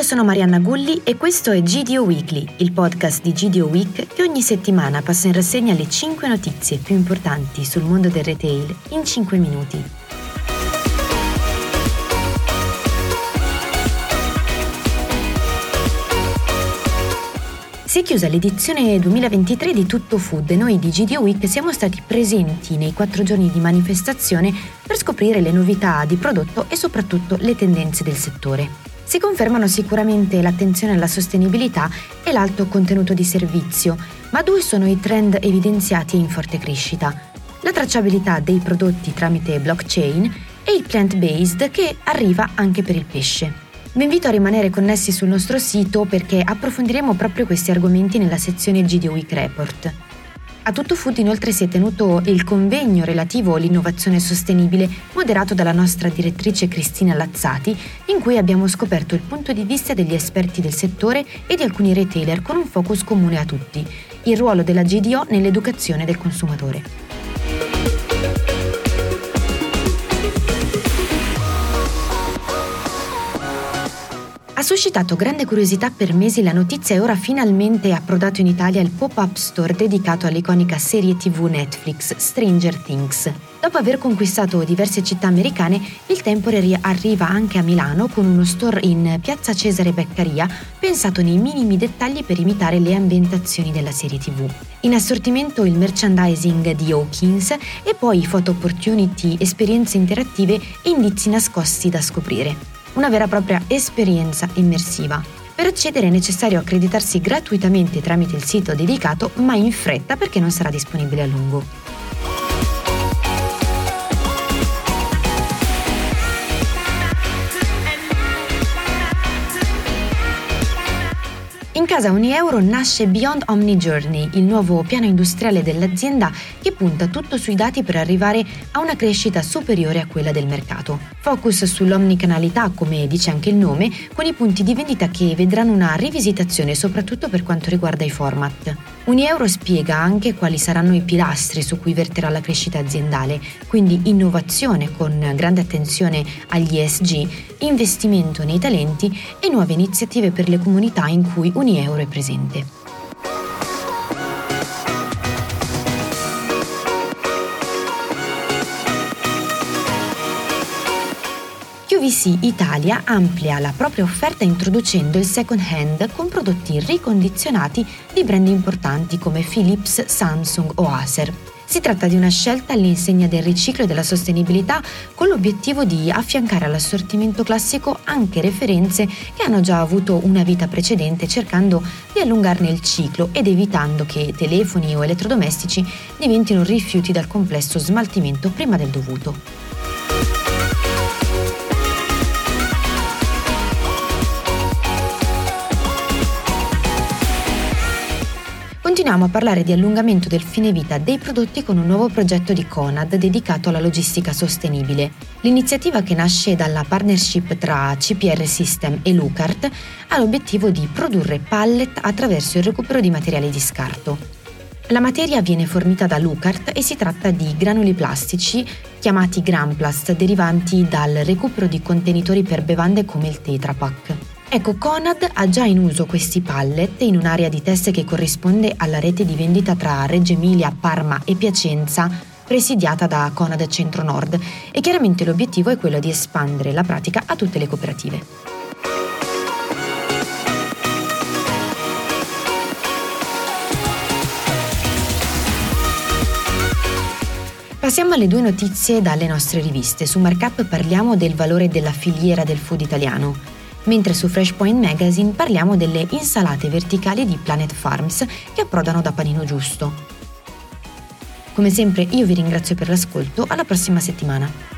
sono Marianna Gulli e questo è GDO Weekly, il podcast di GDO Week che ogni settimana passa in rassegna le 5 notizie più importanti sul mondo del retail in 5 minuti. Si è chiusa l'edizione 2023 di Tutto Food e noi di GDO Week siamo stati presenti nei 4 giorni di manifestazione per scoprire le novità di prodotto e soprattutto le tendenze del settore. Si confermano sicuramente l'attenzione alla sostenibilità e l'alto contenuto di servizio, ma due sono i trend evidenziati e in forte crescita: la tracciabilità dei prodotti tramite blockchain e il plant-based che arriva anche per il pesce. Vi invito a rimanere connessi sul nostro sito perché approfondiremo proprio questi argomenti nella sezione GDO Week Report. A Tutto Food inoltre si è tenuto il convegno relativo all'innovazione sostenibile moderato dalla nostra direttrice Cristina Lazzati, in cui abbiamo scoperto il punto di vista degli esperti del settore e di alcuni retailer con un focus comune a tutti: il ruolo della GDO nell'educazione del consumatore. Ha suscitato grande curiosità per mesi la notizia e ora finalmente è approdato in Italia il pop-up store dedicato all'iconica serie TV Netflix Stranger Things. Dopo aver conquistato diverse città americane, il Temporary arriva anche a Milano con uno store in Piazza Cesare Beccaria pensato nei minimi dettagli per imitare le ambientazioni della serie TV. In assortimento il merchandising di Hawkins e poi photo opportunity, esperienze interattive e indizi nascosti da scoprire. Una vera e propria esperienza immersiva. Per accedere è necessario accreditarsi gratuitamente tramite il sito dedicato, ma in fretta perché non sarà disponibile a lungo. In casa Unieuro nasce Beyond Omni Journey, il nuovo piano industriale dell'azienda che punta tutto sui dati per arrivare a una crescita superiore a quella del mercato. Focus sull'omnicanalità, come dice anche il nome, con i punti di vendita che vedranno una rivisitazione soprattutto per quanto riguarda i format. Unieuro spiega anche quali saranno i pilastri su cui verterà la crescita aziendale, quindi innovazione con grande attenzione agli ESG, investimento nei talenti e nuove iniziative per le comunità in cui Unieuro è presente. QVC Italia amplia la propria offerta introducendo il second hand con prodotti ricondizionati di brand importanti come Philips, Samsung o Acer. Si tratta di una scelta all'insegna del riciclo e della sostenibilità con l'obiettivo di affiancare all'assortimento classico anche referenze che hanno già avuto una vita precedente, cercando di allungarne il ciclo ed evitando che telefoni o elettrodomestici diventino rifiuti dal complesso smaltimento prima del dovuto. Continuiamo a parlare di allungamento del fine vita dei prodotti con un nuovo progetto di Conad dedicato alla logistica sostenibile. L'iniziativa, che nasce dalla partnership tra CPR System e Lucart, ha l'obiettivo di produrre pallet attraverso il recupero di materiali di scarto. La materia viene fornita da Lucart e si tratta di granuli plastici chiamati Granplast, derivanti dal recupero di contenitori per bevande come il Tetra Pak. Ecco, Conad ha già in uso questi pallet in un'area di test che corrisponde alla rete di vendita tra Reggio Emilia, Parma e Piacenza, presidiata da Conad Centro Nord, e chiaramente l'obiettivo è quello di espandere la pratica a tutte le cooperative. Passiamo alle due notizie dalle nostre riviste. Su Markup parliamo del valore della filiera del food italiano, mentre su Fresh Point Magazine parliamo delle insalate verticali di Planet Farms che approdano da Panino Giusto. Come sempre io vi ringrazio per l'ascolto, alla prossima settimana.